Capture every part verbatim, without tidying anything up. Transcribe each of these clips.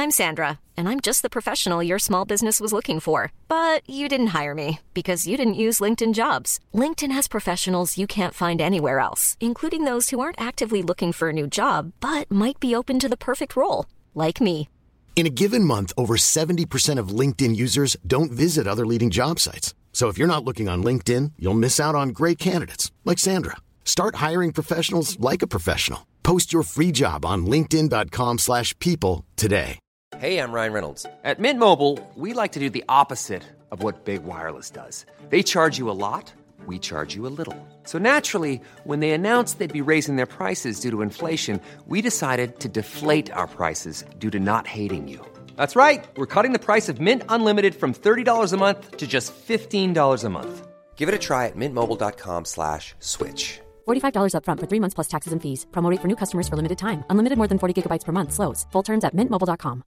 I'm Sandra, and I'm just the professional your small business was looking for. But you didn't hire me because you didn't use LinkedIn Jobs. LinkedIn has professionals you can't find anywhere else, including those who aren't actively looking for a new job, but might be open to the perfect role, like me. In a given month, over seventy percent of LinkedIn users don't visit other leading job sites. So if you're not looking on LinkedIn, you'll miss out on great candidates like Sandra. Start hiring professionals like a professional. Post your free job on linkedin.com slash people today. Hey, I'm Ryan Reynolds. At Mint Mobile, we like to do the opposite of what Big Wireless does. They charge you a lot, we charge you a little. So naturally, when they announced they'd be raising their prices due to inflation, we decided to deflate our prices due to not hating you. That's right. We're cutting the price of Mint Unlimited from thirty dollars a month to just fifteen dollars a month. Give it a try at mintmobile.com slash switch. forty-five dollars up front for three months plus taxes and fees. Promo rate for new customers for limited time. Unlimited more than forty gigabytes per month. Slows full terms at mint mobile dot com.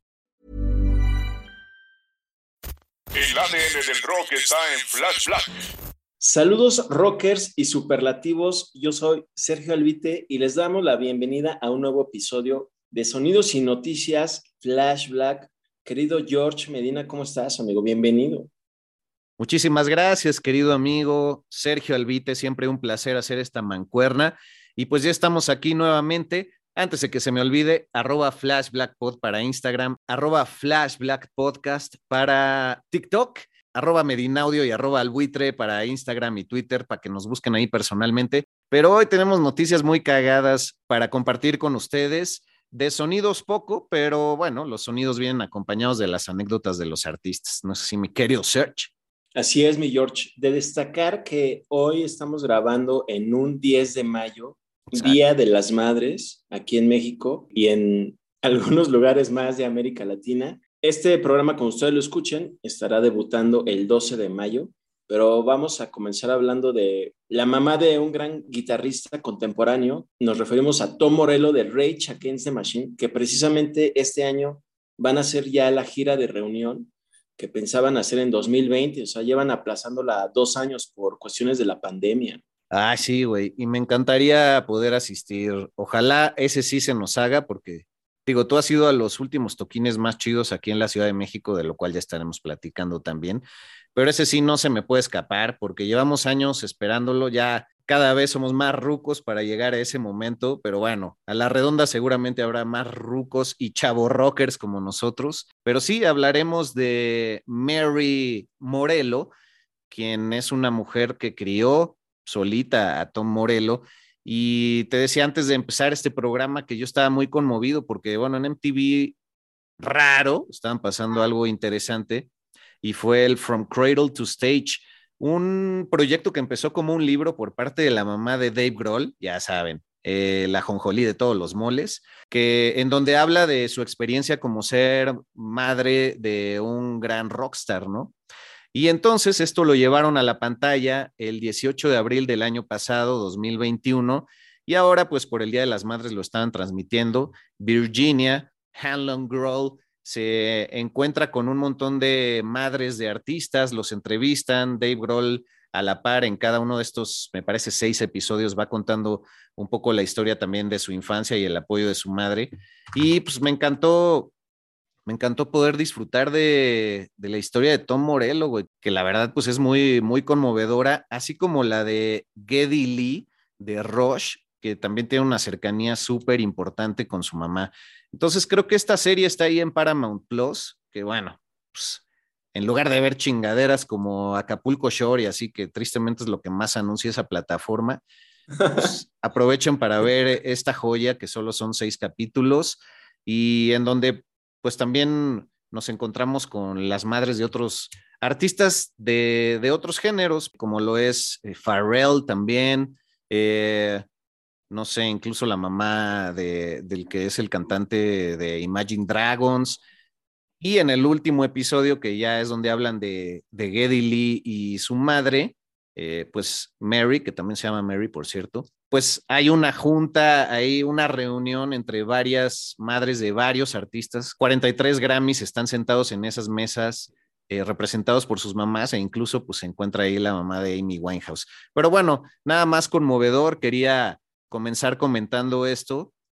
El A D N del rock está en Flash Black. Saludos rockers y superlativos, yo soy Sergio Albite y les damos la bienvenida a un nuevo episodio de Sonidos y Noticias Flash Black. Querido George Medina, ¿cómo estás, amigo? Bienvenido. Muchísimas gracias, querido amigo Sergio Albite, siempre un placer hacer esta mancuerna y pues ya estamos aquí nuevamente. Antes de que se me olvide, arroba FlashBlackPod para Instagram, arroba FlashBlackPodcast para TikTok, arroba Medinaudio y arroba Albuitre para Instagram y Twitter para que nos busquen ahí personalmente. Pero hoy tenemos noticias muy cagadas para compartir con ustedes. De sonidos poco, pero bueno, los sonidos vienen acompañados de las anécdotas de los artistas. No sé si mi querido Serge. Así es, mi George. De destacar que hoy estamos grabando en un diez de mayo, Exacto. Día de las Madres, aquí en México y en algunos lugares más de América Latina. Este programa, como ustedes lo escuchen, estará debutando el doce de mayo, pero vamos a comenzar hablando de la mamá de un gran guitarrista contemporáneo. Nos referimos a Tom Morello de Rage Against the Machine, que precisamente este año van a hacer ya la gira de reunión que pensaban hacer en dos mil veinte, o sea, llevan aplazándola dos años por cuestiones de la pandemia. Ah, sí, güey, y me encantaría poder asistir. Ojalá ese sí se nos haga, porque, digo, tú has ido a los últimos toquines más chidos aquí en la Ciudad de México, de lo cual ya estaremos platicando también, pero ese sí no se me puede escapar, porque llevamos años esperándolo, ya cada vez somos más rucos para llegar a ese momento, pero bueno, a la redonda seguramente habrá más rucos y chavo rockers como nosotros, pero sí hablaremos de Mary Morello, quien es una mujer que crió solita a Tom Morello, y te decía antes de empezar este programa que yo estaba muy conmovido porque, bueno, en M T V raro, estaban pasando algo interesante, y fue el From Cradle to Stage, un proyecto que empezó como un libro por parte de la mamá de Dave Grohl, ya saben, eh, la jonjolí de todos los moles, que en donde habla de su experiencia como ser madre de un gran rockstar, ¿no? Y entonces esto lo llevaron a la pantalla el dieciocho de abril del año pasado, dos mil veintiuno, y ahora pues por el Día de las Madres lo estaban transmitiendo. Virginia Hanlon Grohl se encuentra con un montón de madres de artistas, los entrevistan, Dave Grohl a la par en cada uno de estos, me parece, seis episodios, va contando un poco la historia también de su infancia y el apoyo de su madre, y pues me encantó, me encantó poder disfrutar de, de la historia de Tom Morello, güey, que la verdad pues es muy, muy conmovedora, así como la de Geddy Lee de Rush, que también tiene una cercanía súper importante con su mamá. Entonces creo que esta serie está ahí en Paramount Plus, que bueno, pues, en lugar de ver chingaderas como Acapulco Shore y así, que tristemente es lo que más anuncia esa plataforma, pues, aprovechen para ver esta joya que solo son seis capítulos y en donde pues también nos encontramos con las madres de otros artistas de, de otros géneros, como lo es eh, Pharrell también, eh, no sé, incluso la mamá de, del que es el cantante de Imagine Dragons. Y en el último episodio, que ya es donde hablan de, de Geddy Lee y su madre, eh, pues Mary, que también se llama Mary, por cierto, pues hay una junta, hay una reunión entre varias madres de varios artistas. cuarenta y tres Grammys están sentados en esas mesas, eh, representados por sus mamás, e incluso pues se encuentra ahí la mamá de Amy Winehouse. Pero bueno, nada más conmovedor, quería comenzar comentando esto,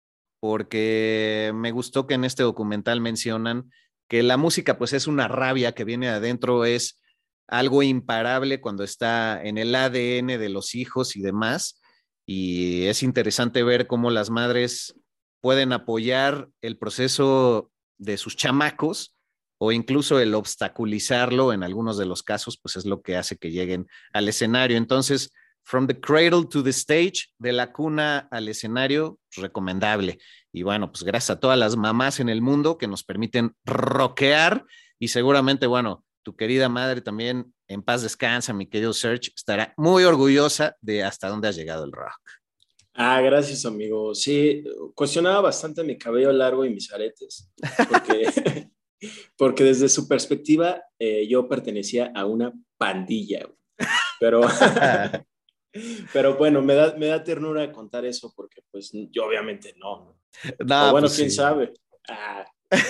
porque me gustó que en este documental mencionan que la música pues es una rabia que viene de adentro, es algo imparable cuando está en el A D N de los hijos y demás, y es interesante ver cómo las madres pueden apoyar el proceso de sus chamacos o incluso el obstaculizarlo en algunos de los casos, pues es lo que hace que lleguen al escenario. Entonces, From the Cradle to the Stage, de la cuna al escenario, recomendable. Y bueno, pues gracias a todas las mamás en el mundo que nos permiten rockear y seguramente, bueno, tu querida madre también, en paz descansa, mi querido Serge, estará muy orgullosa de hasta dónde ha llegado el rock. Ah, gracias, amigo. Sí, cuestionaba bastante mi cabello largo y mis aretes, porque, porque desde su perspectiva eh, yo pertenecía a una pandilla, pero... Pero bueno, me da, me da ternura contar eso porque pues yo obviamente no. No, o bueno, pues quién sí. sabe. Ah.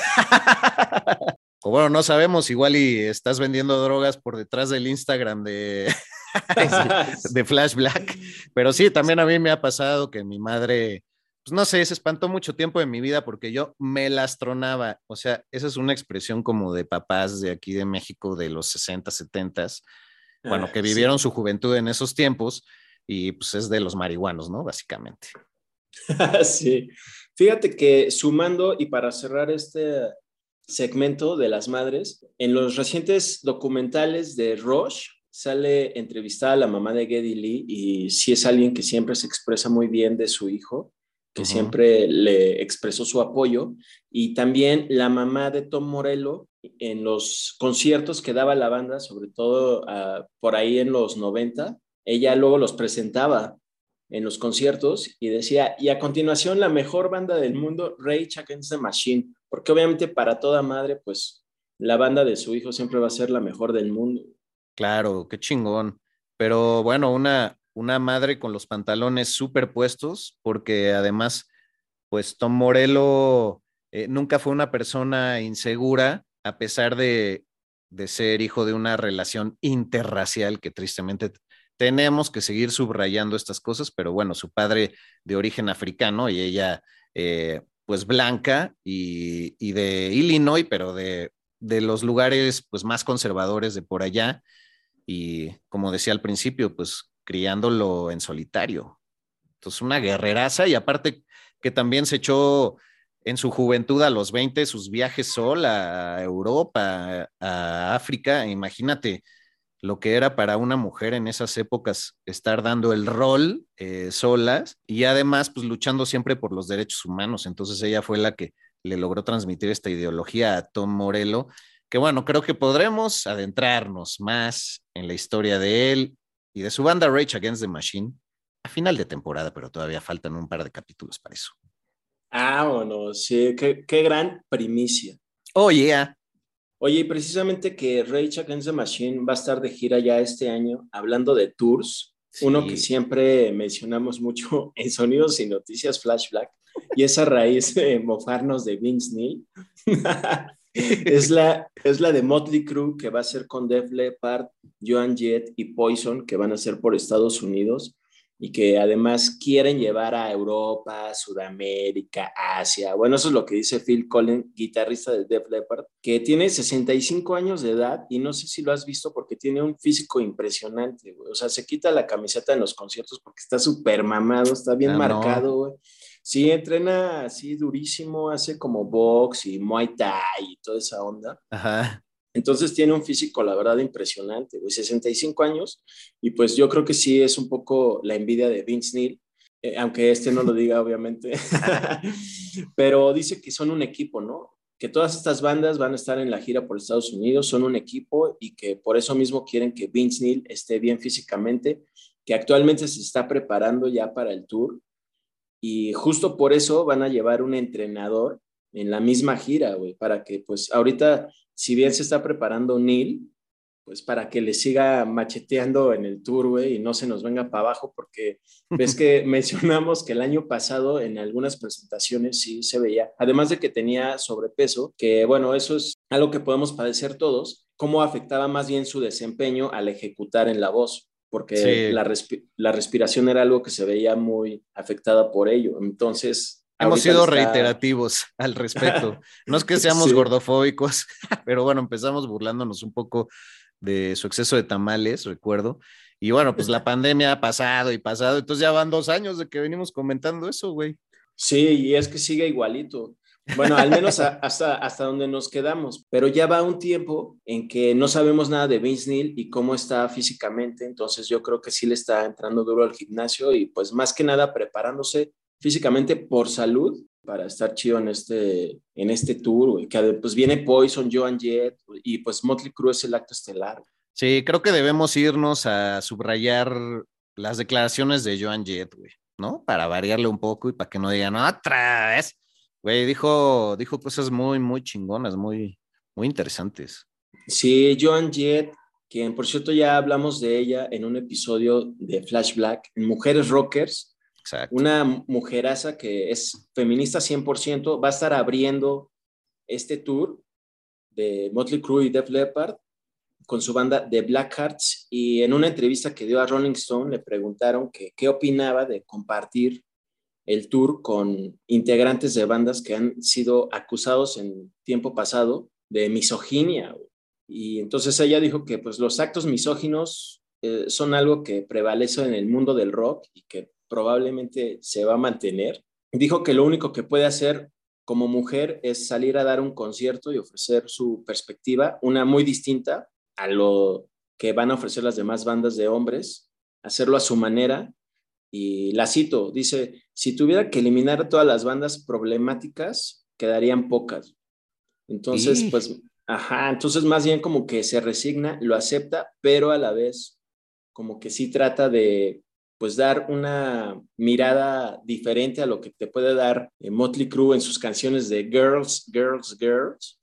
O bueno, no sabemos, igual y estás vendiendo drogas por detrás del Instagram de, de Flash Black. Pero sí, también a mí me ha pasado que mi madre, pues no sé, se espantó mucho tiempo de mi vida porque yo me las tronaba. O sea, esa es una expresión como de papás de aquí de México de los sesenta, setenta, bueno, que vivieron Sí. su juventud en esos tiempos y pues es de los marihuanos, ¿no? Básicamente. Sí. Fíjate que sumando y para cerrar este segmento de las madres, en los recientes documentales de Rush sale entrevistada a la mamá de Geddy Lee y sí es alguien que siempre se expresa muy bien de su hijo, que uh-huh. siempre le expresó su apoyo, y también la mamá de Tom Morello en los conciertos que daba la banda, sobre todo uh, por ahí en los noventa, ella luego los presentaba en los conciertos y decía, y a continuación la mejor banda del mundo, Rage Against the Machine, porque obviamente para toda madre, pues la banda de su hijo siempre va a ser la mejor del mundo. Claro, qué chingón. Pero bueno, una, una madre con los pantalones súper puestos, porque además, pues Tom Morello eh, nunca fue una persona insegura, a pesar de, de ser hijo de una relación interracial que tristemente tenemos que seguir subrayando estas cosas, pero bueno, su padre de origen africano y ella eh, pues blanca y, y de Illinois, pero de, de los lugares pues más conservadores de por allá y como decía al principio, pues criándolo en solitario. Entonces una guerreraza y aparte que también se echó en su juventud a los veinte sus viajes sola a Europa, a África, imagínate lo que era para una mujer en esas épocas estar dando el rol eh, solas y además pues luchando siempre por los derechos humanos. Entonces ella fue la que le logró transmitir esta ideología a Tom Morello, que bueno, creo que podremos adentrarnos más en la historia de él y de su banda Rage Against the Machine a final de temporada, pero todavía faltan un par de capítulos para eso. Ah, bueno, sí, qué, qué gran primicia. Oh, yeah. Oye, y precisamente que Rage Against the Machine va a estar de gira ya este año, hablando de tours, sí. Uno que siempre mencionamos mucho en Sonidos y Noticias Flash Black, y es a raíz de mofarnos de Vince Neil. es, la, es la de Motley Crue, que va a ser con Def Leppard, Joan Jett y Poison, que van a ser por Estados Unidos, y que además quieren llevar a Europa, Sudamérica, Asia. Bueno, eso es lo que dice Phil Collins, guitarrista de Def Leppard, que tiene sesenta y cinco años de edad y no sé si lo has visto porque tiene un físico impresionante, güey. O sea, se quita la camiseta en los conciertos porque está súper mamado, está bien ah, marcado, güey. No. Sí, entrena así durísimo, hace como box y Muay Thai y toda esa onda. Ajá. Entonces tiene un físico, la verdad, impresionante, güey, sesenta y cinco años, y pues yo creo que sí es un poco la envidia de Vince Neil, eh, aunque este no lo diga, obviamente, pero dice que son un equipo, ¿no? Que todas estas bandas van a estar en la gira por Estados Unidos, son un equipo, y que por eso mismo quieren que Vince Neil esté bien físicamente, que actualmente se está preparando ya para el tour, y justo por eso van a llevar un entrenador en la misma gira, güey, para que pues ahorita, si bien se está preparando Neil, pues para que le siga macheteando en el tour, güey, y no se nos venga para abajo, porque ves que mencionamos que el año pasado en algunas presentaciones sí se veía, además de que tenía sobrepeso, que bueno, eso es algo que podemos padecer todos, cómo afectaba más bien su desempeño al ejecutar en la voz, porque sí. la, respi- la respiración era algo que se veía muy afectada por ello. Entonces, Hemos ahorita sido está... reiterativos al respecto. No es que seamos Sí. gordofóbicos, pero bueno, empezamos burlándonos un poco de su exceso de tamales, recuerdo. Y bueno, pues la pandemia ha pasado y pasado, entonces ya van dos años de que venimos comentando eso, güey. Sí, y es que sigue igualito. Bueno, al menos a- hasta, hasta donde nos quedamos, pero ya va un tiempo en que no sabemos nada de Vince Neil y cómo está físicamente, entonces yo creo que sí le está entrando duro al gimnasio y pues más que nada preparándose físicamente por salud para estar chido en este, en este tour, güey, que pues viene Poison, Joan Jett y pues Motley Crue es el acto estelar. Sí, creo que debemos irnos a subrayar las declaraciones de Joan Jett, güey, ¿no? Para variarle un poco y para que no digan otra vez. Güey, dijo, dijo cosas muy, muy chingonas, muy, muy interesantes. Sí, Joan Jett, quien por cierto ya hablamos de ella en un episodio de Flash Black, en Mujeres Rockers, Exacto. una mujeraza que es feminista cien por ciento, va a estar abriendo este tour de Motley Crue y Def Leppard con su banda The Blackhearts y en una entrevista que dio a Rolling Stone le preguntaron que qué opinaba de compartir el tour con integrantes de bandas que han sido acusados en tiempo pasado de misoginia. Y entonces ella dijo que pues los actos misóginos eh, son algo que prevalece en el mundo del rock y que probablemente se va a mantener. Dijo que lo único que puede hacer como mujer es salir a dar un concierto y ofrecer su perspectiva, una muy distinta a lo que van a ofrecer las demás bandas de hombres, hacerlo a su manera. Y la cito, dice, si tuviera que eliminar todas las bandas problemáticas, quedarían pocas. Entonces, Y pues, ajá, entonces más bien como que se resigna, lo acepta, pero a la vez como que sí trata de, pues, dar una mirada diferente a lo que te puede dar eh, Motley Crue en sus canciones de Girls, Girls, Girls.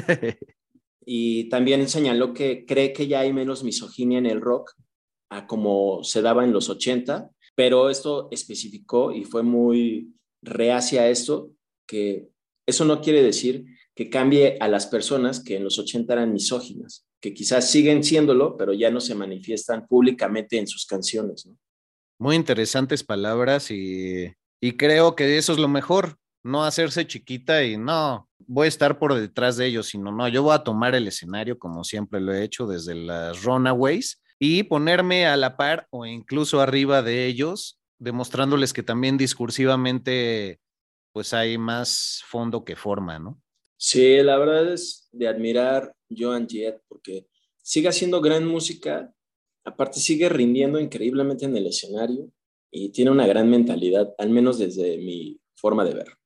Y también señaló que cree que ya hay menos misoginia en el rock a como se daba en los ochenta, pero esto especificó y fue muy reacia a esto, que eso no quiere decir que cambie a las personas que en los ochenta eran misóginas, que quizás siguen siéndolo, pero ya no se manifiestan públicamente en sus canciones, ¿no? muy interesantes palabras y, y creo que eso es lo mejor, no hacerse chiquita y no, voy a estar por detrás de ellos, sino no, yo voy a tomar el escenario como siempre lo he hecho desde las Runaways y ponerme a la par o incluso arriba de ellos, demostrándoles que también discursivamente pues hay más fondo que forma, ¿no? Sí, la verdad es de admirar Joan Jett porque sigue haciendo gran música, aparte sigue rindiendo increíblemente en el escenario y tiene una gran mentalidad, al menos desde mi forma de ver.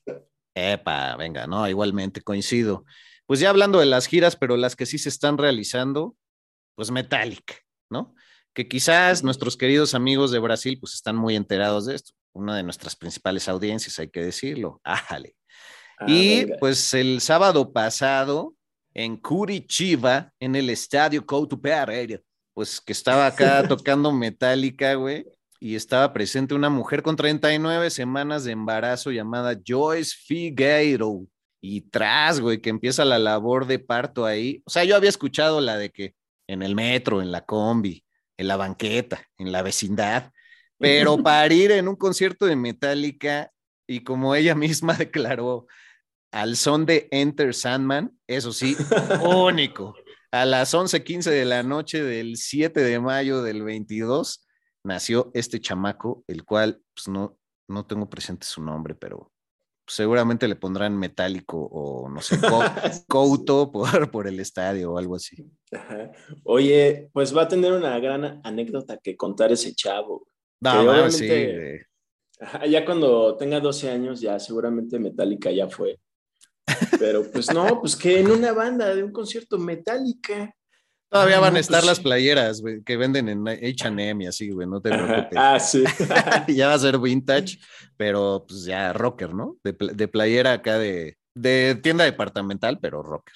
Epa, venga, no, igualmente coincido. Pues ya hablando de las giras, pero las que sí se están realizando, pues Metallica, ¿no? Que quizás nuestros queridos amigos de Brasil pues están muy enterados de esto, una de nuestras principales audiencias, hay que decirlo. Ájale. Ah, Y venga. pues el sábado pasado en Curitiba, en el estadio Couto Pereira, pues que estaba acá tocando Metallica, güey, y estaba presente una mujer con treinta y nueve semanas de embarazo llamada Joyce Figueiro. Y tras, güey, que empieza la labor de parto ahí. O sea, yo había escuchado la de que en el metro, en la combi, en la banqueta, en la vecindad, pero parir en un concierto de Metallica y como ella misma declaró, al son de Enter Sandman, eso sí, único. A las once quince de la noche del siete de mayo del veintidós nació este chamaco, el cual pues, no, no tengo presente su nombre, pero seguramente le pondrán metálico o no sé, Couto por, por el estadio o algo así. Ajá. Oye, pues va a tener una gran anécdota que contar ese chavo, No, que mames, sí, obviamente, güey. ajá, ya cuando tenga doce años, ya seguramente Metallica ya fue. Pero pues no, pues que en una banda de un concierto Metallica. Todavía Ah, van a no, pues estar las sí. playeras, güey, que venden en H and M y así, güey, no te Ajá. preocupes. Ah, sí. Ya va a ser vintage, pero pues ya rocker, ¿no? De, de playera acá de, de tienda departamental, pero rocker.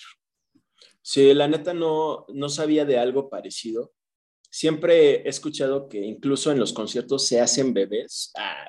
Sí, la neta no, no sabía de algo parecido. Siempre he escuchado que incluso en los conciertos se hacen bebés. Ah,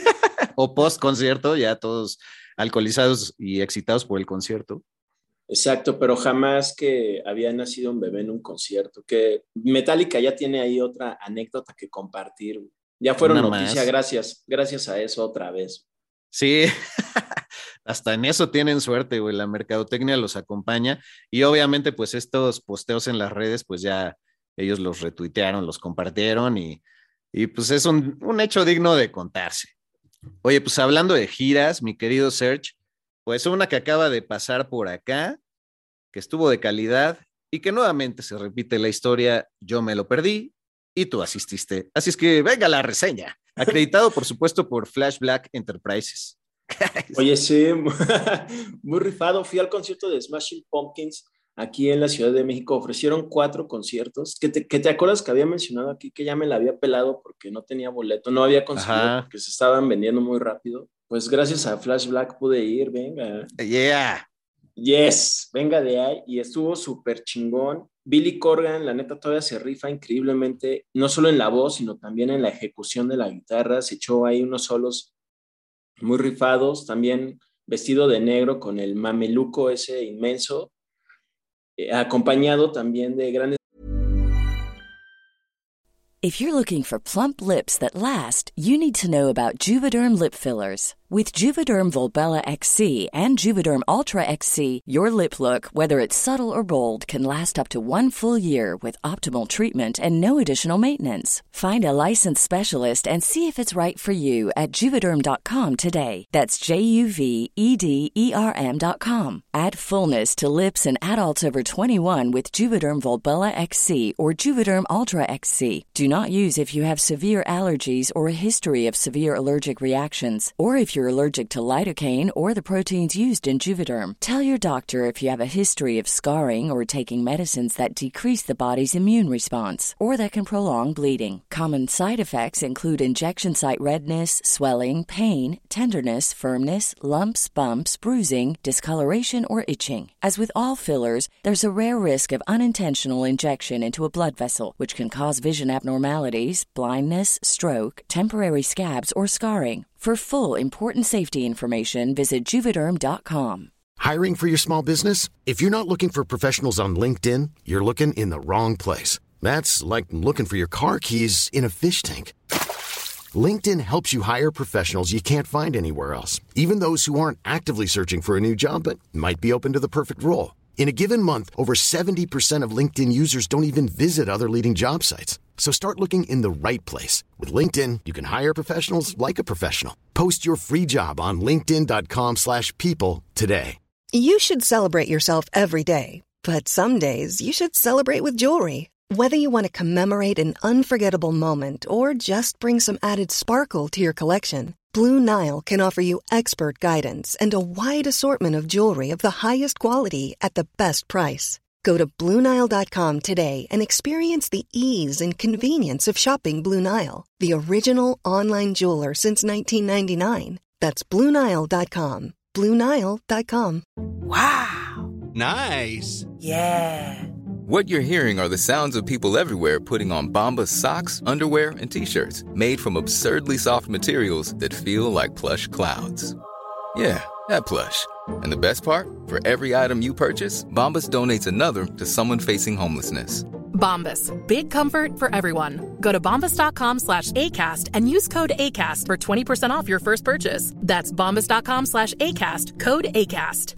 O post concierto, ya todos alcoholizados y excitados por el concierto. exacto, pero jamás que había nacido un bebé en un concierto. Que Metallica ya tiene ahí otra anécdota que compartir. Ya fueron Una noticia más. gracias, gracias a eso otra vez. Sí, hasta en eso tienen suerte, güey. La mercadotecnia los acompaña y obviamente pues estos posteos en las redes pues ya ellos los retuitearon, los compartieron y, y pues es un, un hecho digno de contarse. Oye, pues hablando de giras, mi querido Serge, pues una que acaba de pasar por acá, que estuvo de calidad y que nuevamente se repite la historia, yo me lo perdí y tú asististe. Así es que venga la reseña. Acreditado, por supuesto, por Flash Black Enterprises. Oye, sí, muy rifado. Fui al concierto de Smashing Pumpkins aquí en la Ciudad de México. Ofrecieron cuatro conciertos. ¿Que te, que te acuerdas que había mencionado aquí que ya me la había pelado porque no tenía boleto? No había conseguido Ajá. porque se estaban vendiendo muy rápido. Pues gracias a Flash Black pude ir, venga. Yeah. Yes, venga de ahí. Y estuvo súper chingón. Billy Corgan, la neta, todavía se rifa increíblemente, no solo en la voz, sino también en la ejecución de la guitarra. Se echó ahí unos solos muy rifados, también vestido de negro con el mameluco ese inmenso, eh, acompañado también de grandes. If you're looking for plump lips that last, you need to know about Juvederm lip fillers. With Juvederm Volbella X C and Juvederm Ultra X C, your lip look, whether it's subtle or bold, can last up to one full year with optimal treatment and no additional maintenance. Find a licensed specialist and see if it's right for you at Juvederm dot com today. That's J U V E D E R M dot com. Add fullness to lips in adults over twenty-one with Juvederm Volbella X C or Juvederm Ultra X C. Do not use if you have severe allergies or a history of severe allergic reactions, or if you're allergic to lidocaine or the proteins used in Juvederm. Tell your doctor if you have a history of scarring or taking medicines that decrease the body's immune response or that can prolong bleeding. Common side effects include injection site redness, swelling, pain, tenderness, firmness, lumps, bumps, bruising, discoloration, or itching. As with all fillers, there's a rare risk of unintentional injection into a blood vessel, which can cause vision abnormalities, blindness, stroke, temporary scabs, or scarring. For full, important safety information, visit Juvederm dot com. Hiring for your small business? If you're not looking for professionals on LinkedIn, you're looking in the wrong place. That's like looking for your car keys in a fish tank. LinkedIn helps you hire professionals you can't find anywhere else, even those who aren't actively searching for a new job but might be open to the perfect role. In a given month, over seventy percent of LinkedIn users don't even visit other leading job sites. So start looking in the right place. With LinkedIn, you can hire professionals like a professional. Post your free job on linkedin dot com slash people today. You should celebrate yourself every day, but some days you should celebrate with jewelry. Whether you want to commemorate an unforgettable moment or just bring some added sparkle to your collection, Blue Nile can offer you expert guidance and a wide assortment of jewelry of the highest quality at the best price. Go to Blue Nile dot com today and experience the ease and convenience of shopping Blue Nile, the original online jeweler since nineteen ninety-nine. That's Blue Nile dot com. Blue Nile dot com. Wow. Nice. Yeah. What you're hearing are the sounds of people everywhere putting on Bombas socks, underwear, and T-shirts made from absurdly soft materials that feel like plush clouds. Yeah, that plush. And the best part? For every item you purchase, Bombas donates another to someone facing homelessness. Bombas. Big comfort for everyone. Go to bombas dot com slash ACAST and use code ACAST for twenty percent off your first purchase. That's bombas dot com slash ACAST. Code ACAST.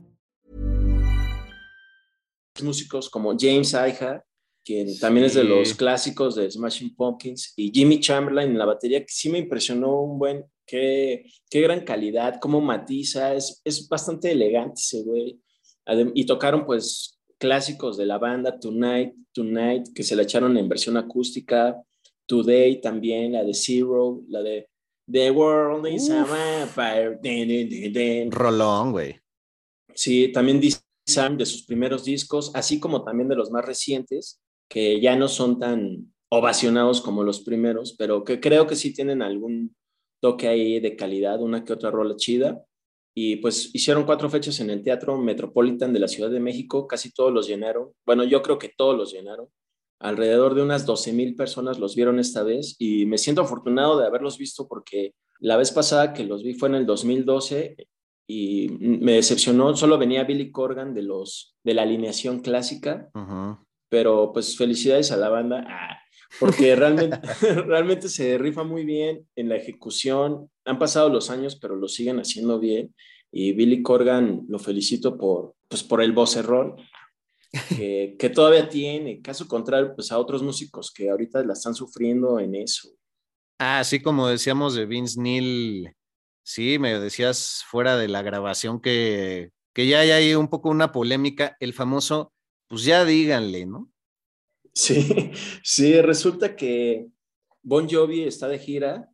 Músicos como James Iha, quien también es de los clásicos de Smashing Pumpkins, y Jimmy Chamberlain en la batería, que sí me impresionó un buen, qué, qué gran calidad, cómo matiza, es, es bastante elegante ese güey. Adem- y tocaron pues clásicos de la banda, Tonight, Tonight, que se la echaron en versión acústica, Today también, la de Zero, la de The World is a Vampire. Den, den, den, den. Rolón, güey. Sí, también Sam de sus primeros discos, así como también de los más recientes, que ya no son tan ovacionados como los primeros, pero que creo que sí tienen algún toque ahí de calidad, una que otra rola chida. Y pues hicieron cuatro fechas en el Teatro Metropolitan de la Ciudad de México, casi todos los llenaron. Bueno, yo creo que todos los llenaron. Alrededor de unas doce mil personas los vieron esta vez y me siento afortunado de haberlos visto porque la vez pasada que los vi fue en el dos mil doce y me decepcionó, solo venía Billy Corgan de, los, de la alineación clásica, uh-huh. Pero pues felicidades a la banda. Ah, porque realmente, realmente se rifa muy bien en la ejecución. Han pasado los años, pero lo siguen haciendo bien. Y Billy Corgan lo felicito por, pues, por el vocerrón que, que todavía tiene. Caso contrario, pues a otros músicos que ahorita la están sufriendo en eso. Ah, así como decíamos de Vince Neil, sí, me decías fuera de la grabación que, que ya hay ahí un poco una polémica, el famoso, pues ya díganle, ¿no? Sí, sí, resulta que Bon Jovi está de gira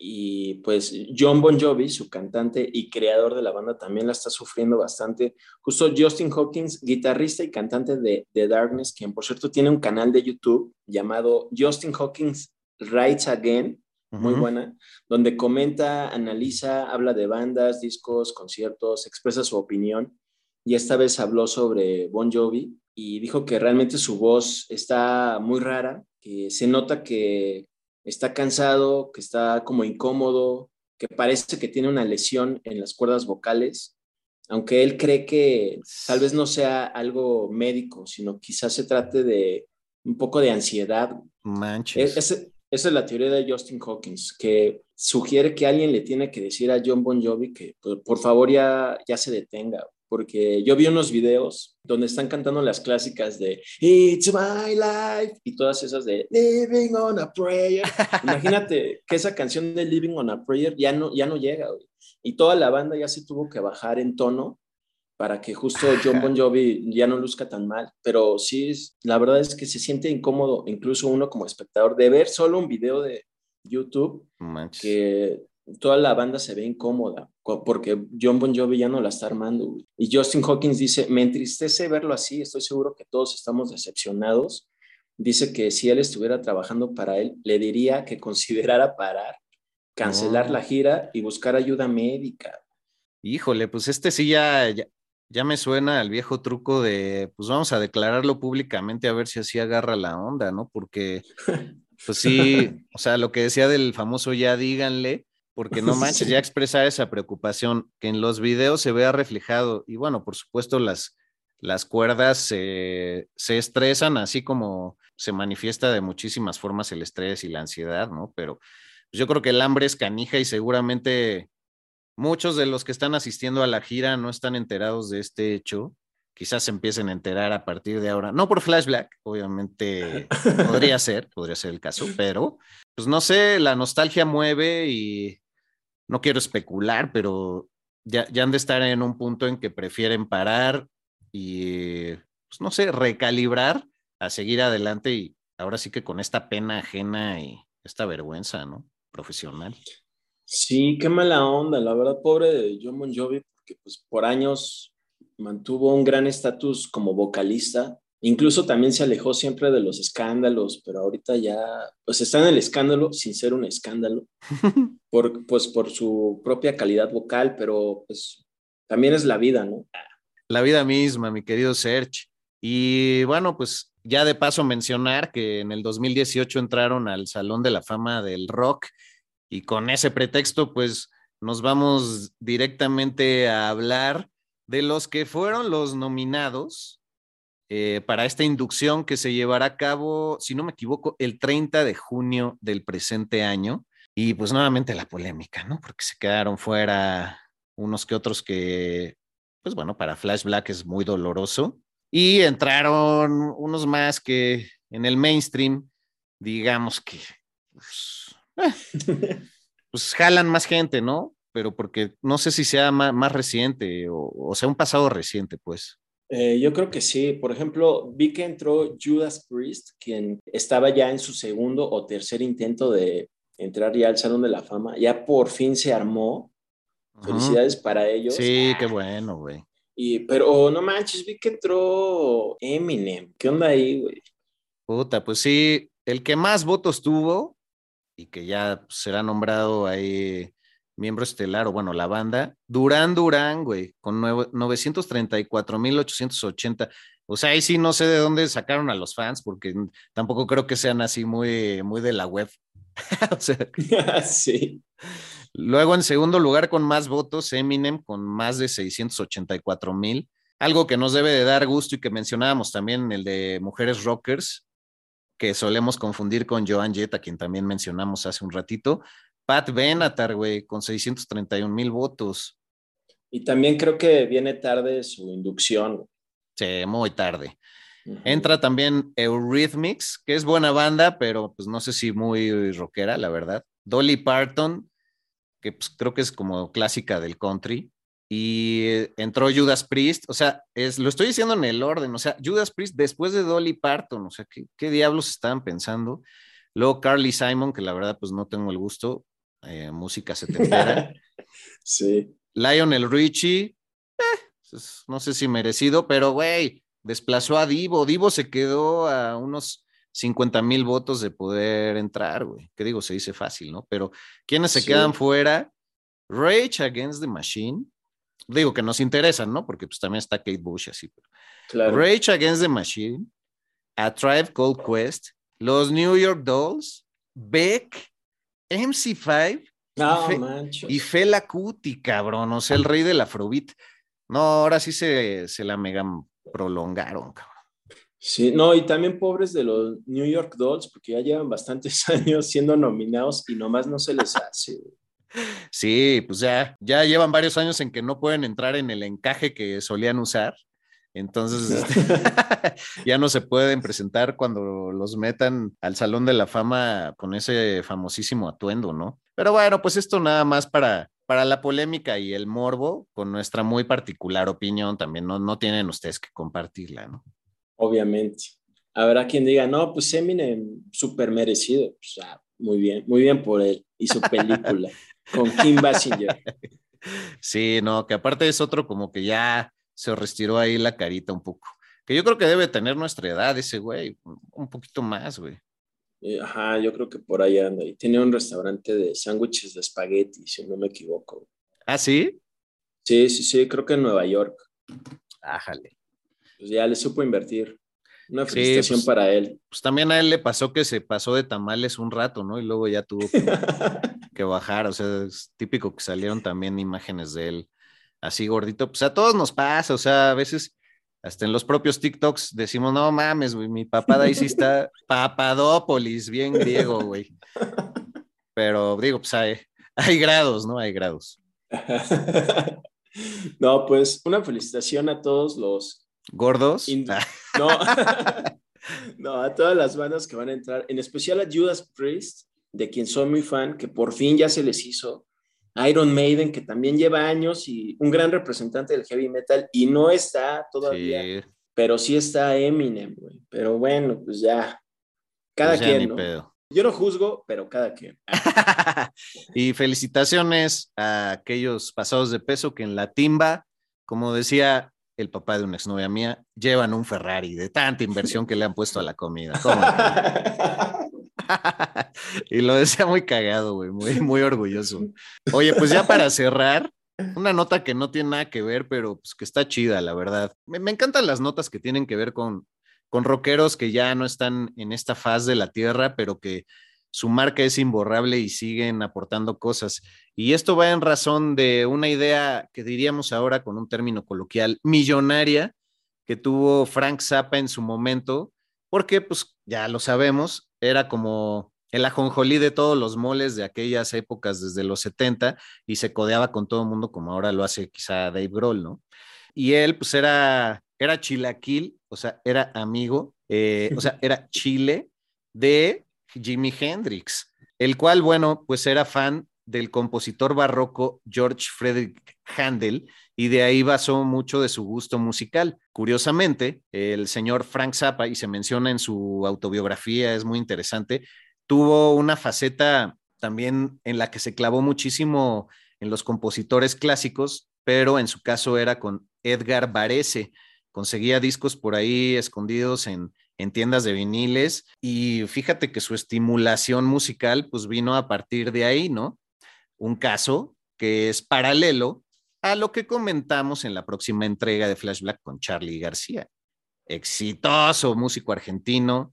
y pues John Bon Jovi, su cantante y creador de la banda, también la está sufriendo bastante. Justo Justin Hawkins, guitarrista y cantante de The Darkness, quien por cierto tiene un canal de YouTube llamado Justin Hawkins Writes Again, muy Uh-huh. buena, donde comenta, analiza, habla de bandas, discos, conciertos, expresa su opinión y esta vez habló sobre Bon Jovi y dijo que realmente su voz está muy rara, que se nota que está cansado, que está como incómodo, que parece que tiene una lesión en las cuerdas vocales, aunque él cree que tal vez no sea algo médico, sino quizás se trate de un poco de ansiedad. Manches. Es, es, esa es la teoría de Justin Hawkins, que sugiere que alguien le tiene que decir a John Bon Jovi que por, por favor ya, ya se detenga, porque yo vi unos videos donde están cantando las clásicas de It's My Life y todas esas de Living on a Prayer. Imagínate que esa canción de Living on a Prayer ya no, ya no llega, güey. Y toda la banda ya se tuvo que bajar en tono para que justo John Bon Jovi ya no luzca tan mal, pero sí, la verdad es que se siente incómodo, incluso uno como espectador, de ver solo un video de YouTube, Manches. que toda la banda se ve incómoda, porque John Bon Jovi ya no la está armando. Y Justin Hawkins dice, me entristece verlo así, estoy seguro que todos estamos decepcionados. Dice que si él estuviera trabajando para él, le diría que considerara parar, cancelar No. la gira y buscar ayuda médica. Híjole, pues este sí ya, ya, ya me suena al viejo truco de, pues vamos a declararlo públicamente a ver si así agarra la onda, ¿no? Porque, pues sí, o sea, lo que decía del famoso ya díganle, porque no manches, Sí. ya expresar esa preocupación, que en los videos se vea reflejado, y bueno, por supuesto las, las cuerdas se, se estresan, así como se manifiesta de muchísimas formas el estrés y la ansiedad, ¿no? Pero pues, yo creo que el hambre es canija y seguramente muchos de los que están asistiendo a la gira no están enterados de este hecho. Quizás se empiecen a enterar a partir de ahora. No por Flash Black, obviamente podría ser, podría ser el caso, pero pues no sé, la nostalgia mueve y no quiero especular, pero ya, ya han de estar en un punto en que prefieren parar y, pues no sé, recalibrar a seguir adelante y ahora sí que con esta pena ajena y esta vergüenza, ¿no? Profesional. Sí, qué mala onda, la verdad, pobre de John Bon Jovi, porque pues por años mantuvo un gran estatus como vocalista, incluso también se alejó siempre de los escándalos, pero ahorita ya, pues está en el escándalo sin ser un escándalo, por, pues por su propia calidad vocal, pero pues también es la vida, ¿no? La vida misma, mi querido Serge. Y bueno, pues ya de paso mencionar que en el dos mil dieciocho entraron al Salón de la Fama del Rock y con ese pretexto, pues nos vamos directamente a hablar de los que fueron los nominados eh, para esta inducción que se llevará a cabo, si no me equivoco, el treinta de junio del presente año. Y pues nuevamente la polémica, ¿no? Porque se quedaron fuera unos que otros que, pues bueno, para Flash Black es muy doloroso. Y entraron unos más que en el mainstream, digamos que, pues, eh, pues jalan más gente, ¿no? Pero porque no sé si sea más, más reciente o, o sea un pasado reciente, pues. Eh, yo creo que sí. Por ejemplo, vi que entró Judas Priest, quien estaba ya en su segundo o tercer intento de entrar ya al Salón de la Fama. Ya por fin se armó. Uh-huh. Felicidades para ellos. Sí, ah, qué bueno, güey. Y, pero no manches, vi que entró Eminem. ¿Qué onda ahí, güey? Puta, pues sí, el que más votos tuvo y que ya será nombrado ahí miembro estelar o bueno, la banda, Durán Durán, güey, con novecientos treinta y cuatro mil ochocientos ochenta. O sea, ahí sí no sé de dónde sacaron a los fans porque tampoco creo que sean así muy, muy de la web. O sea, sí. Luego, en segundo lugar, con más votos, Eminem, con más de seiscientos ochenta y cuatro mil. Algo que nos debe de dar gusto y que mencionábamos también en el de Mujeres Rockers, que solemos confundir con Joan Jett, a quien también mencionamos hace un ratito. Pat Benatar, güey, con seiscientos treinta y un mil votos. Y también creo que viene tarde su inducción. Sí, muy tarde. Uh-huh. Entra también Eurythmics, que es buena banda, pero pues no sé si muy rockera, la verdad. Dolly Parton, que pues creo que es como clásica del country. Y entró Judas Priest, o sea, es, lo estoy diciendo en el orden, o sea, Judas Priest después de Dolly Parton, o sea, ¿qué, qué diablos estaban pensando? Luego Carly Simon, que la verdad pues no tengo el gusto, eh, música setentera. Sí. Lionel Richie, eh, no sé si merecido, pero güey, desplazó a Divo, Divo se quedó a unos cincuenta mil votos de poder entrar, güey, que digo, se dice fácil, ¿no? Pero ¿quiénes se sí. quedan fuera? Rage Against the Machine, digo que nos interesan, ¿no? Porque pues también está Kate Bush así. Pero... Claro. Rage Against the Machine, A Tribe Called Quest, los New York Dolls, Beck, M C cinco no, y, Fe- y Fela Kuti, cabrón, o sea, el rey del Afrobeat. No, ahora sí se, se la mega prolongaron, cabrón. Sí, no, y también pobres de los New York Dolls, porque ya llevan bastantes años siendo nominados y nomás no se les hace. Sí, pues ya, ya llevan varios años en que no pueden entrar en el encaje que solían usar, entonces este, ya no se pueden presentar cuando los metan al Salón de la Fama con ese famosísimo atuendo, ¿no? Pero bueno, pues esto nada más para, para la polémica y el morbo, con nuestra muy particular opinión también, no, no tienen ustedes que compartirla, ¿no? Obviamente. Habrá quien diga, no, pues Eminem, súper merecido, pues, ah, muy bien, muy bien por él y su película. Con Kim Basinger. Sí, no, que aparte es otro como que ya se retiró ahí la carita un poco. Que yo creo que debe tener nuestra edad ese güey, un poquito más, güey. Ajá, yo creo que por ahí anda. Y tiene un restaurante de sándwiches de espagueti, si no me equivoco. ¿Ah, sí? Sí, sí, sí, creo que en Nueva York. Ájale. Pues ya le supo invertir. Una felicitación sí, pues, para él. Pues también a él le pasó que se pasó de tamales un rato, ¿no? Y luego ya tuvo que, que bajar, o sea, es típico que salieron también imágenes de él así gordito. Pues a todos nos pasa, o sea, a veces hasta en los propios TikToks decimos, no mames, güey, mi papá de ahí sí está Papadópolis, bien griego, güey. Pero digo, pues hay, hay grados, ¿no? Hay grados. No, pues una felicitación a todos los ¿gordos? Ind- no. No, a todas las bandas que van a entrar, en especial a Judas Priest, de quien soy muy fan, que por fin ya se les hizo. Iron Maiden, que también lleva años y un gran representante del heavy metal y no está todavía, sí. Pero sí está Eminem, güey. Pero bueno, pues ya, cada pues ya quien, ni ¿no? Pedo. Yo no juzgo, pero cada quien. Y felicitaciones a aquellos pasados de peso que en la timba, como decía el papá de una exnovia mía, llevan un Ferrari de tanta inversión que le han puesto a la comida. Y lo decía muy cagado, güey, muy, muy orgulloso. Oye, pues ya para cerrar, una nota que no tiene nada que ver, pero pues que está chida, la verdad. Me, me encantan las notas que tienen que ver con, con rockeros que ya no están en esta faz de la tierra, pero que su marca es imborrable y siguen aportando cosas. Y esto va en razón de una idea que diríamos ahora con un término coloquial, millonaria, que tuvo Frank Zappa en su momento, porque pues ya lo sabemos, era como el ajonjolí de todos los moles de aquellas épocas desde los setenta y se codeaba con todo el mundo como ahora lo hace quizá Dave Grohl, ¿no? Y él pues era, era chilaquil, o sea, era amigo, eh, o sea, era chile de Jimi Hendrix, el cual, bueno, pues era fan del compositor barroco George Frederick Handel y de ahí basó mucho de su gusto musical. Curiosamente, el señor Frank Zappa, y se menciona en su autobiografía, es muy interesante, tuvo una faceta también en la que se clavó muchísimo en los compositores clásicos, pero en su caso era con Edgar Varese. Conseguía discos por ahí escondidos en, en tiendas de viniles y fíjate que su estimulación musical pues vino a partir de ahí, ¿no? Un caso que es paralelo a lo que comentamos en la próxima entrega de Flashback con Charly García. Exitoso músico argentino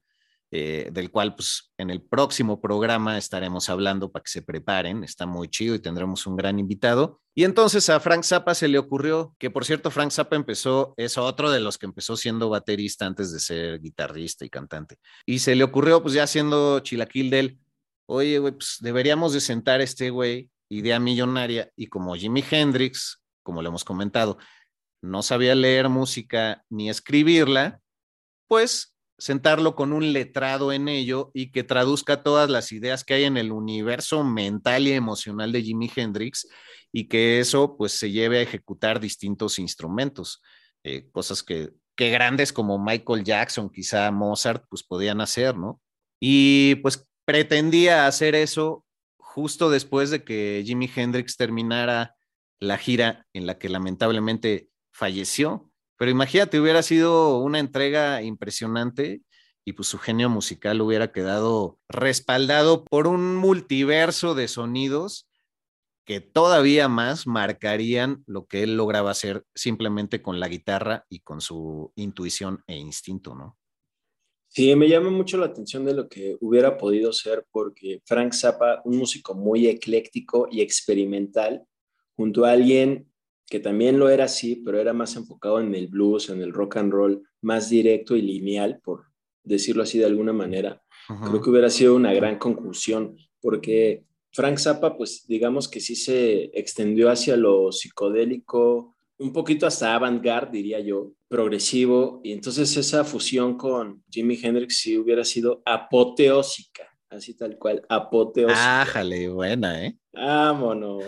eh, del cual pues en el próximo programa estaremos hablando para que se preparen, está muy chido y tendremos un gran invitado. Y entonces a Frank Zappa se le ocurrió, que por cierto Frank Zappa empezó, es otro de los que empezó siendo baterista antes de ser guitarrista y cantante, y se le ocurrió pues ya siendo chilaquil de él, oye güey, pues deberíamos de sentar a este güey, idea millonaria, y como Jimi Hendrix, como lo hemos comentado, no sabía leer música ni escribirla, pues sentarlo con un letrado en ello y que traduzca todas las ideas que hay en el universo mental y emocional de Jimi Hendrix y que eso pues se lleve a ejecutar distintos instrumentos, eh, cosas que, que grandes como Michael Jackson, quizá Mozart, pues podían hacer, ¿no? Y pues pretendía hacer eso justo después de que Jimi Hendrix terminara la gira en la que lamentablemente falleció. Pero imagínate, hubiera sido una entrega impresionante y pues su genio musical hubiera quedado respaldado por un multiverso de sonidos que todavía más marcarían lo que él lograba hacer simplemente con la guitarra y con su intuición e instinto, ¿no? Sí, me llama mucho la atención de lo que hubiera podido ser, porque Frank Zappa, un músico muy ecléctico y experimental, junto a alguien que también lo era así, pero era más enfocado en el blues, en el rock and roll, más directo y lineal, por decirlo así de alguna manera. Uh-huh. Creo que hubiera sido una gran conjunción, porque Frank Zappa, pues digamos que sí se extendió hacia lo psicodélico, un poquito hasta avant-garde, diría yo, progresivo, y entonces esa fusión con Jimi Hendrix sí hubiera sido apoteósica, así tal cual, apoteósica. Ájale, buena, ¿eh? Vámonos.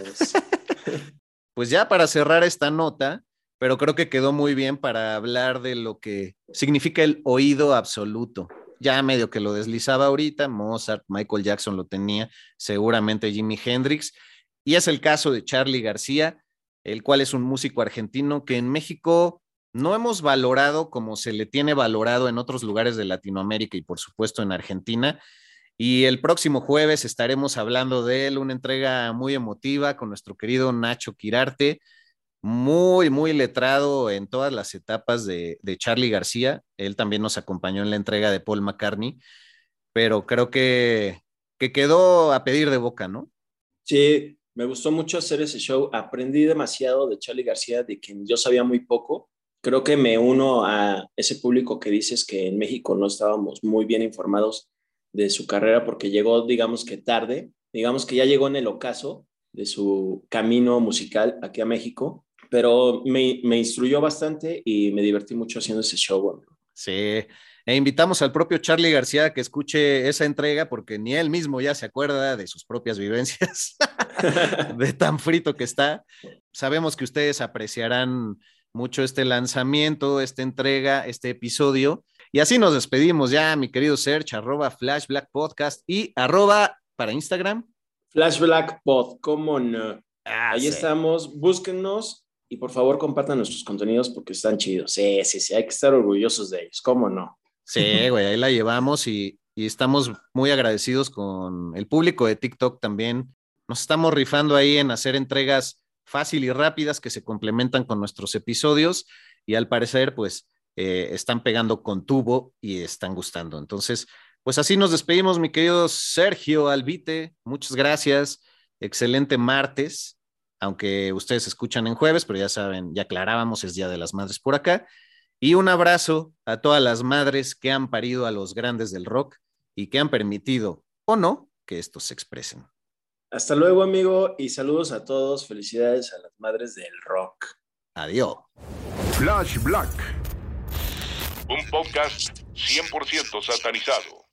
Pues ya para cerrar esta nota, pero creo que quedó muy bien para hablar de lo que significa el oído absoluto. Ya medio que lo deslizaba ahorita, Mozart, Michael Jackson lo tenía, seguramente Jimi Hendrix, y es el caso de Charly García, el cual es un músico argentino que en México no hemos valorado como se le tiene valorado en otros lugares de Latinoamérica y por supuesto en Argentina. Y el próximo jueves estaremos hablando de él, una entrega muy emotiva con nuestro querido Nacho Quirarte, muy, muy letrado en todas las etapas de, de Charly García. Él también nos acompañó en la entrega de Paul McCartney, pero creo que, que quedó a pedir de boca, ¿no? Sí, me gustó mucho hacer ese show. Aprendí demasiado de Charly García, de quien yo sabía muy poco. Creo que me uno a ese público que dices que en México no estábamos muy bien informados de su carrera porque llegó, digamos que tarde, digamos que ya llegó en el ocaso de su camino musical aquí a México, pero me, me instruyó bastante y me divertí mucho haciendo ese show. Bueno. Sí, e invitamos al propio Charly García a que escuche esa entrega porque ni él mismo ya se acuerda de sus propias vivencias, de tan frito que está. Sabemos que ustedes apreciarán mucho este lanzamiento, esta entrega, este episodio. Y así nos despedimos ya, mi querido Serge, arroba Flash Black Podcast y arroba para Instagram. Flash Black Pod, ¿cómo no? Ah, Ahí sí. estamos, búsquennos y por favor compartan nuestros contenidos porque están chidos. Sí, sí, sí, hay que estar orgullosos de ellos, ¿cómo no? Sí, güey, ahí la llevamos y, y estamos muy agradecidos con el público de TikTok también. Nos estamos rifando ahí en hacer entregas fácil y rápidas que se complementan con nuestros episodios y al parecer, pues, Eh, están pegando con tubo y están gustando. Entonces, pues así nos despedimos, mi querido Sergio Albite. Muchas gracias. Excelente martes, aunque ustedes escuchan en jueves, pero ya saben, ya aclarábamos, es Día de las Madres por acá. Y un abrazo a todas las madres que han parido a los grandes del rock y que han permitido, o no, que estos se expresen. Hasta luego, amigo, y saludos a todos. Felicidades a las madres del rock. Adiós. Flash Black. Un podcast cien por ciento satanizado.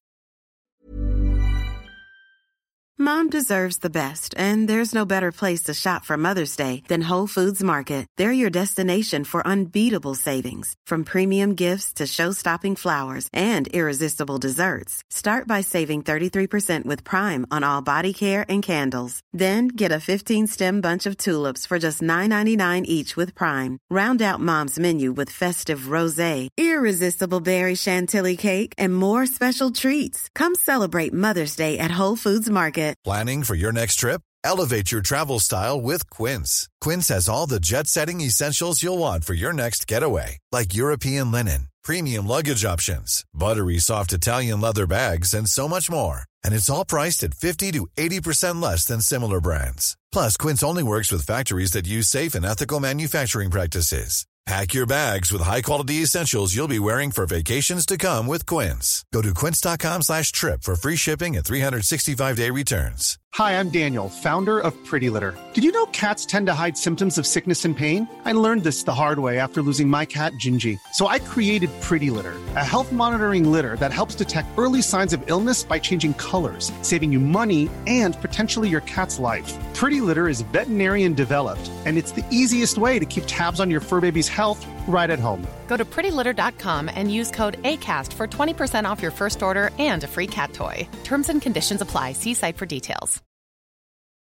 Mom deserves the best, and there's no better place to shop for Mother's Day than Whole Foods Market. They're your destination for unbeatable savings, from premium gifts to show-stopping flowers and irresistible desserts. Start by saving thirty-three percent with Prime on all body care and candles. Then get a fifteen-stem bunch of tulips for just nine ninety-nine each with Prime. Round out Mom's menu with festive rosé, irresistible berry chantilly cake, and more special treats. Come celebrate Mother's Day at Whole Foods Market. Planning for your next trip? Elevate your travel style with Quince. Quince has all the jet-setting essentials you'll want for your next getaway, like European linen, premium luggage options, buttery soft Italian leather bags, and so much more. And it's all priced at fifty to eighty percent less than similar brands. Plus, Quince only works with factories that use safe and ethical manufacturing practices. Pack your bags with high-quality essentials you'll be wearing for vacations to come with Quince. Go to quince.com slash trip for free shipping and three sixty-five day returns. Hi, I'm Daniel, founder of Pretty Litter. Did you know cats tend to hide symptoms of sickness and pain? I learned this the hard way after losing my cat, Gingy. So I created Pretty Litter, a health monitoring litter that helps detect early signs of illness by changing colors, saving you money and potentially your cat's life. Pretty Litter is veterinarian developed, and it's the easiest way to keep tabs on your fur baby's health right at home. Go to pretty litter dot com and use code ACAST for twenty percent off your first order and a free cat toy. Terms and conditions apply. See site for details.